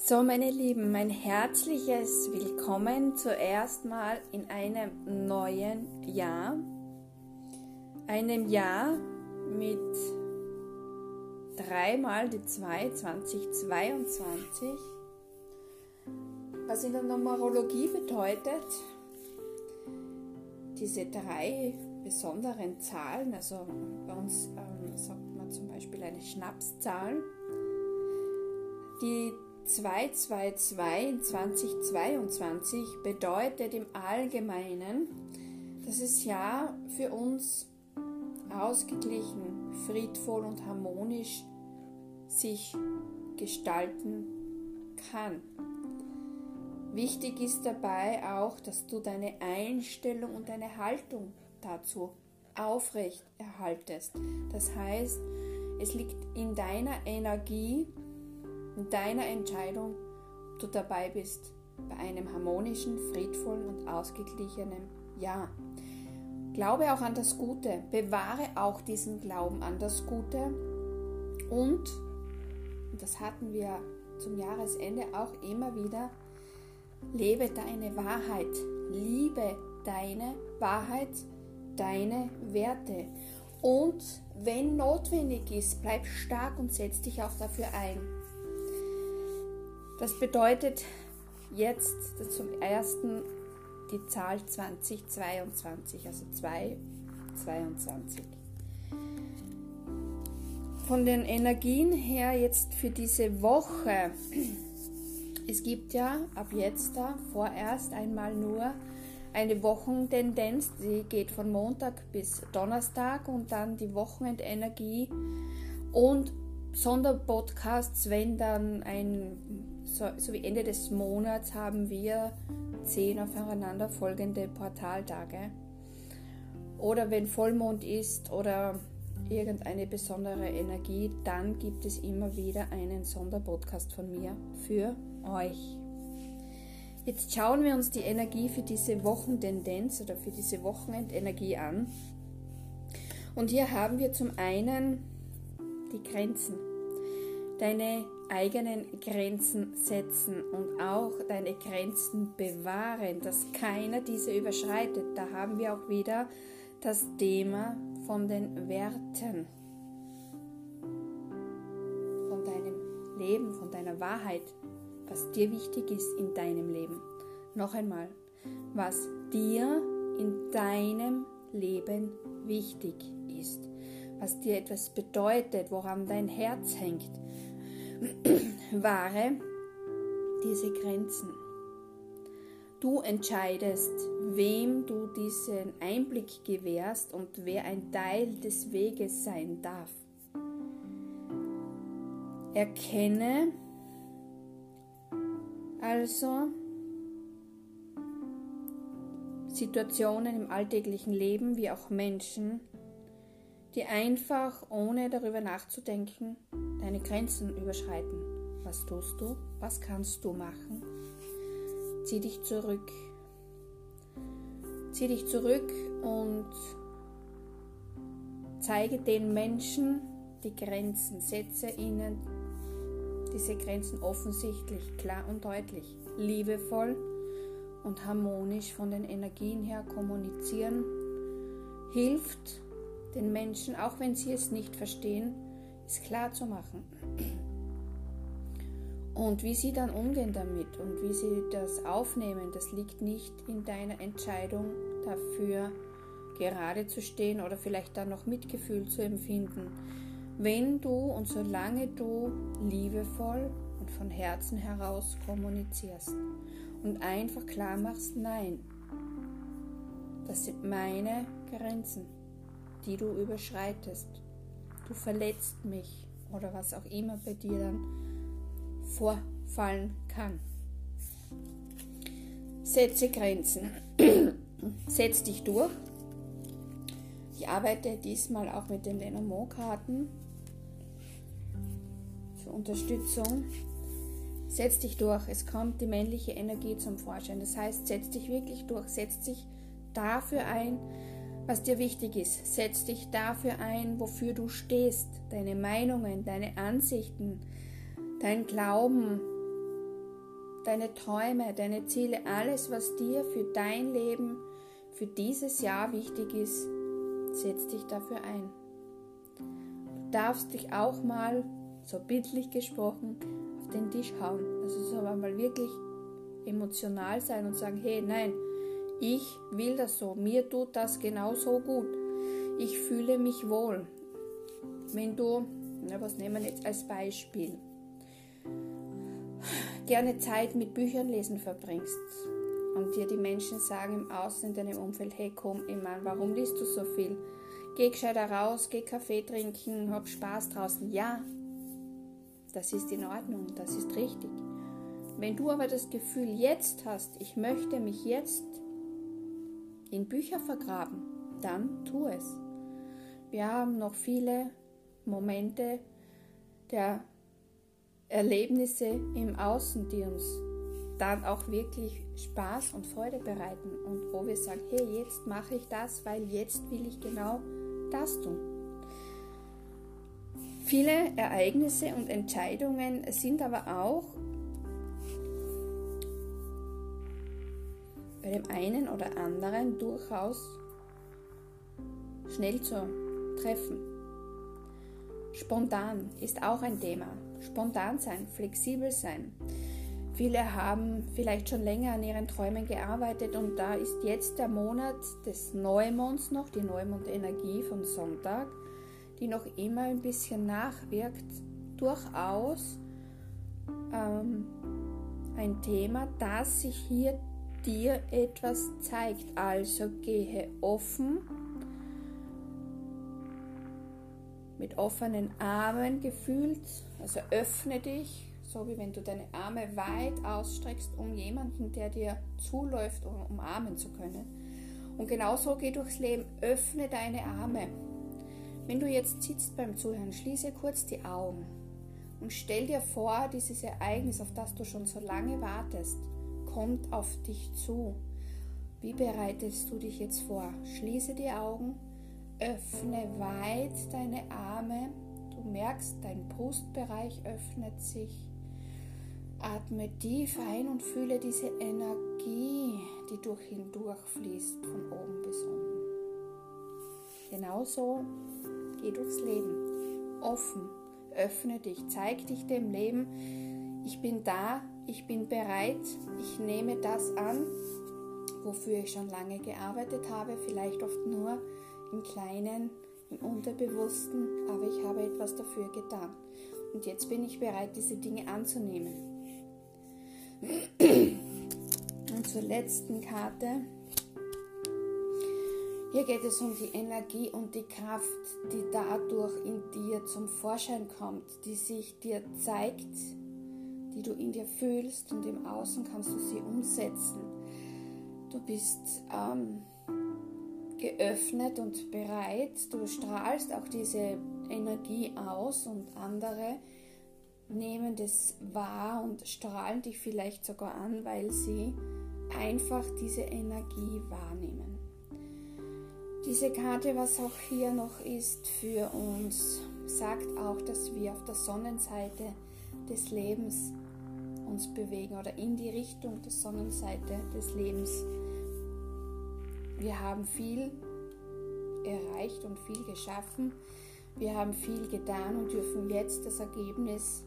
So, meine Lieben, mein herzliches Willkommen zuerst mal in einem neuen Jahr. Einem Jahr mit 3 mal die 2, 2022. Was in der Numerologie bedeutet, diese 3 besonderen Zahlen, also bei uns sagt man zum Beispiel eine Schnapszahl, die 222 in 2022 bedeutet im Allgemeinen, dass das Jahr für uns ausgeglichen, friedvoll und harmonisch sich gestalten kann. Wichtig ist dabei auch, dass du deine Einstellung und deine Haltung dazu aufrecht erhaltest. Das heißt, es liegt in deiner Energie, in deiner Entscheidung, ob du dabei bist bei einem harmonischen, friedvollen und ausgeglichenen Jahr. Glaube auch an das Gute, bewahre auch diesen Glauben an das Gute und das hatten wir zum Jahresende auch immer wieder, lebe deine Wahrheit, liebe deine Wahrheit, deine Werte und wenn notwendig ist, bleib stark und setz dich auch dafür ein. Das bedeutet jetzt zum ersten die Zahl 2022, also 222. Von den Energien her jetzt für diese Woche, es gibt ja ab jetzt da vorerst einmal nur eine Wochentendenz, die geht von Montag bis Donnerstag und dann die Wochenendenergie und Sonderpodcasts, wenn dann so wie Ende des Monats haben wir 10 aufeinander folgende Portaltage. Oder wenn Vollmond ist oder irgendeine besondere Energie, dann gibt es immer wieder einen Sonderpodcast von mir für euch. Jetzt schauen wir uns die Energie für diese Wochentendenz oder für diese Wochenendenergie an. Und hier haben wir zum einen die Grenzen. Deine eigenen Grenzen setzen und auch deine Grenzen bewahren, dass keiner diese überschreitet. Da haben wir auch wieder das Thema von den Werten, von deinem Leben, von deiner Wahrheit, was dir wichtig ist in deinem Leben. Noch einmal, was dir in deinem Leben wichtig ist, was dir etwas bedeutet, woran dein Herz hängt. Wahre diese Grenzen. Du entscheidest, wem du diesen Einblick gewährst und wer ein Teil des Weges sein darf. Erkenne also Situationen im alltäglichen Leben wie auch Menschen, die einfach, ohne darüber nachzudenken, deine Grenzen überschreiten. Was tust du? Was kannst du machen? Zieh dich zurück. Zieh dich zurück und zeige den Menschen die Grenzen. Setze ihnen diese Grenzen offensichtlich, klar und deutlich, liebevoll und harmonisch von den Energien her kommunizieren. Hilft den Menschen, auch wenn sie es nicht verstehen, es klar zu machen. Und wie sie dann umgehen damit und wie sie das aufnehmen, das liegt nicht in deiner Entscheidung dafür, gerade zu stehen oder vielleicht dann noch Mitgefühl zu empfinden. Wenn du und solange du liebevoll und von Herzen heraus kommunizierst und einfach klar machst, nein, das sind meine Grenzen, die du überschreitest. Du verletzt mich oder was auch immer bei dir dann vorfallen kann. Setze Grenzen. Setz dich durch. Ich arbeite diesmal auch mit den Lenormand-Karten zur Unterstützung. Setz dich durch. Es kommt die männliche Energie zum Vorschein. Das heißt, setz dich wirklich durch. Setz dich dafür ein, was dir wichtig ist. Setz dich dafür ein, wofür du stehst. Deine Meinungen, deine Ansichten, dein Glauben, deine Träume, deine Ziele, alles, was dir für dein Leben, für dieses Jahr wichtig ist, setz dich dafür ein. Du darfst dich auch mal, so bildlich gesprochen, auf den Tisch hauen. Also so mal wirklich emotional sein und sagen, hey, nein, ich will das so, mir tut das genauso gut. Ich fühle mich wohl. Wenn du, was nehmen wir jetzt als Beispiel, gerne Zeit mit Büchern lesen verbringst und dir die Menschen sagen im Außen, in deinem Umfeld, hey komm, Mann, warum liest du so viel? Geh gescheiter raus, geh Kaffee trinken, hab Spaß draußen. Ja, das ist in Ordnung, das ist richtig. Wenn du aber das Gefühl jetzt hast, ich möchte mich jetzt in Bücher vergraben, dann tu es. Wir haben noch viele Momente der Erlebnisse im Außen, die uns dann auch wirklich Spaß und Freude bereiten und wo wir sagen, hey, jetzt mache ich das, weil jetzt will ich genau das tun. Viele Ereignisse und Entscheidungen sind aber auch bei dem einen oder anderen durchaus schnell zu treffen. Spontan ist auch ein Thema. Spontan sein, flexibel sein. Viele haben vielleicht schon länger an ihren Träumen gearbeitet und da ist jetzt der Monat des Neumonds noch, die Neumondenergie von Sonntag, die noch immer ein bisschen nachwirkt, durchaus ein Thema, das sich hier dir etwas zeigt. Also gehe offen, mit offenen Armen gefühlt, also öffne dich, so wie wenn du deine Arme weit ausstreckst, um jemanden, der dir zuläuft, umarmen zu können. Und genauso geh durchs Leben, öffne deine Arme. Wenn du jetzt sitzt beim Zuhören, schließe kurz die Augen und stell dir vor, dieses Ereignis, auf das du schon so lange wartest, kommt auf dich zu. Wie bereitest du dich jetzt vor? Schließe die Augen, öffne weit deine Arme. Du merkst, dein Brustbereich öffnet sich. Atme tief ein und fühle diese Energie, die durch ihn durchfließt, von oben bis unten. Genauso geh durchs Leben. Offen, öffne dich, zeig dich dem Leben. Ich bin da, ich bin bereit, ich nehme das an, wofür ich schon lange gearbeitet habe, vielleicht oft nur im Kleinen, im Unterbewussten, aber ich habe etwas dafür getan. Und jetzt bin ich bereit, diese Dinge anzunehmen. Und zur letzten Karte. Hier geht es um die Energie und die Kraft, die dadurch in dir zum Vorschein kommt, die sich dir zeigt, die du in dir fühlst und im Außen kannst du sie umsetzen. Du bist geöffnet und bereit, du strahlst auch diese Energie aus und andere nehmen das wahr und strahlen dich vielleicht sogar an, weil sie einfach diese Energie wahrnehmen. Diese Karte, was auch hier noch ist für uns, sagt auch, dass wir auf der Sonnenseite des Lebens uns bewegen oder in die Richtung der Sonnenseite des Lebens. Wir haben viel erreicht und viel geschaffen. Wir haben viel getan und dürfen jetzt das Ergebnis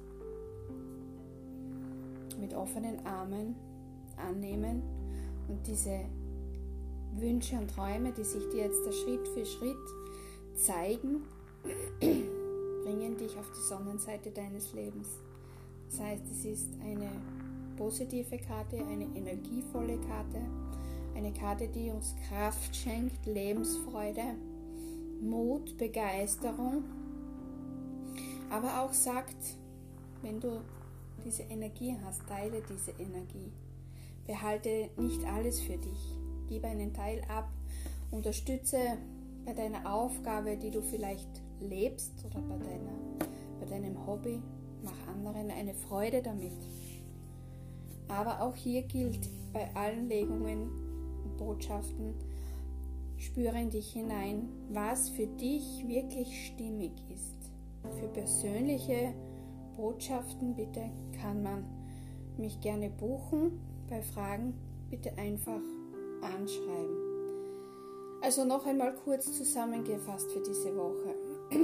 mit offenen Armen annehmen und diese Wünsche und Träume, die sich dir jetzt Schritt für Schritt zeigen, bringen dich auf die Sonnenseite deines Lebens. Das heißt, es ist eine positive Karte, eine energievolle Karte, eine Karte, die uns Kraft schenkt, Lebensfreude, Mut, Begeisterung, aber auch sagt, wenn du diese Energie hast, teile diese Energie. Behalte nicht alles für dich. Gib einen Teil ab. Unterstütze bei deiner Aufgabe, die du vielleicht lebst oder bei deinem Hobby. Mach anderen eine Freude damit. Aber auch hier gilt bei allen Legungen und Botschaften, spüre in dich hinein, was für dich wirklich stimmig ist. Für persönliche Botschaften bitte kann man mich gerne buchen. Bei Fragen bitte einfach anschreiben. Also noch einmal kurz zusammengefasst für diese Woche.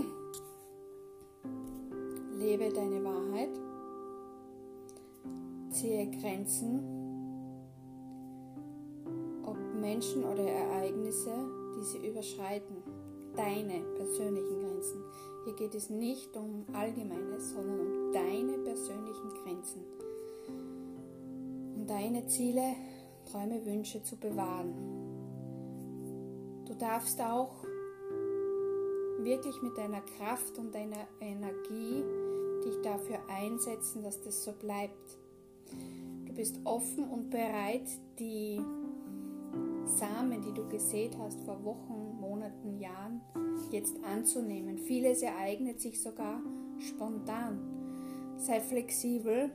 Lebe deine Wahrheit, ziehe Grenzen, ob Menschen oder Ereignisse, die sie überschreiten, deine persönlichen Grenzen. Hier geht es nicht um Allgemeines, sondern um deine persönlichen Grenzen, um deine Ziele, Träume, Wünsche zu bewahren. Du darfst auch wirklich mit deiner Kraft und deiner Energie dich dafür einsetzen, dass das so bleibt. Du bist offen und bereit, die Samen, die du gesät hast vor Wochen, Monaten, Jahren, jetzt anzunehmen. Vieles ereignet sich sogar spontan. Sei flexibel,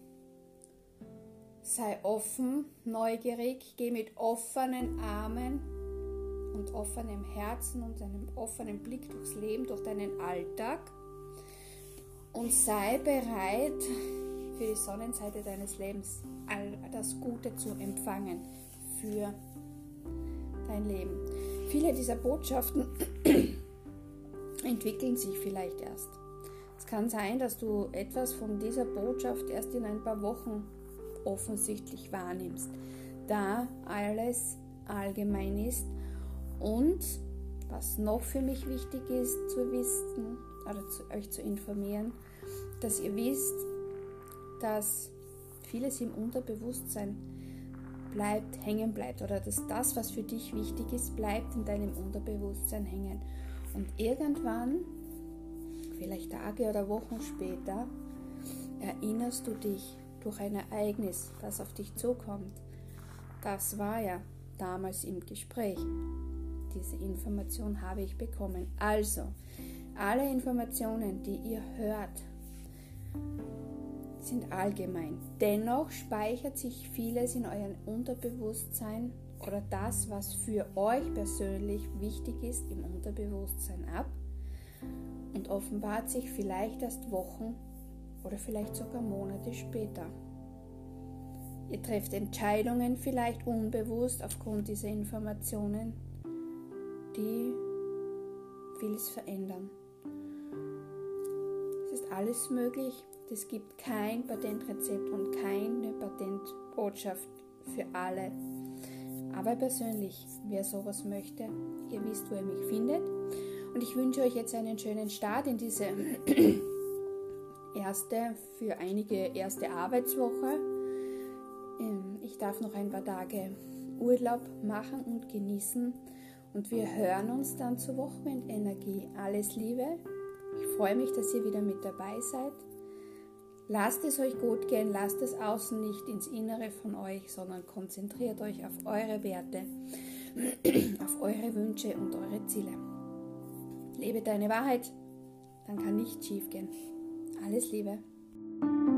sei offen, neugierig, geh mit offenen Armen und offenem Herzen und einem offenen Blick durchs Leben, durch deinen Alltag und sei bereit, für die Sonnenseite deines Lebens all das Gute zu empfangen für dein Leben. Viele dieser Botschaften entwickeln sich vielleicht erst. Es kann sein, dass du etwas von dieser Botschaft erst in ein paar Wochen offensichtlich wahrnimmst, da alles allgemein ist. Und was noch für mich wichtig ist zu wissen oder euch zu informieren, dass ihr wisst, dass vieles im Unterbewusstsein hängen bleibt oder dass das, was für dich wichtig ist, bleibt in deinem Unterbewusstsein hängen. Und irgendwann, vielleicht Tage oder Wochen später, erinnerst du dich durch ein Ereignis, das auf dich zukommt. Das war ja damals im Gespräch. Diese Information habe ich bekommen. Also, alle Informationen, die ihr hört, sind allgemein. Dennoch speichert sich vieles in eurem Unterbewusstsein oder das, was für euch persönlich wichtig ist, im Unterbewusstsein ab und offenbart sich vielleicht erst Wochen oder vielleicht sogar Monate später. Ihr trefft Entscheidungen vielleicht unbewusst aufgrund dieser Informationen, die vieles verändern. Es ist alles möglich. Es gibt kein Patentrezept und keine Patentbotschaft für alle. Aber persönlich, wer sowas möchte, ihr wisst, wo ihr mich findet. Und ich wünsche euch jetzt einen schönen Start in diese für einige erste Arbeitswoche. Ich darf noch ein paar Tage Urlaub machen und genießen. Und wir hören uns dann zur Wochenendenergie. Alles Liebe. Ich freue mich, dass ihr wieder mit dabei seid. Lasst es euch gut gehen, lasst es außen nicht ins Innere von euch, sondern konzentriert euch auf eure Werte, auf eure Wünsche und eure Ziele. Lebe deine Wahrheit, dann kann nichts schief gehen. Alles Liebe.